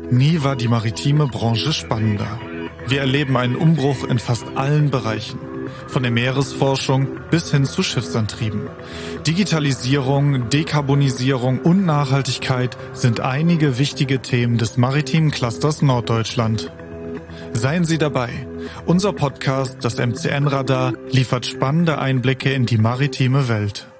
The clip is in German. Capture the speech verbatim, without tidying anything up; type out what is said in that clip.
Nie war die maritime Branche spannender. Wir erleben einen Umbruch in fast allen Bereichen. Von der Meeresforschung bis hin zu Schiffsantrieben. Digitalisierung, Dekarbonisierung und Nachhaltigkeit sind einige wichtige Themen des maritimen Clusters Norddeutschland. Seien Sie dabei. Unser Podcast, das M C N-Radar, liefert spannende Einblicke in die maritime Welt.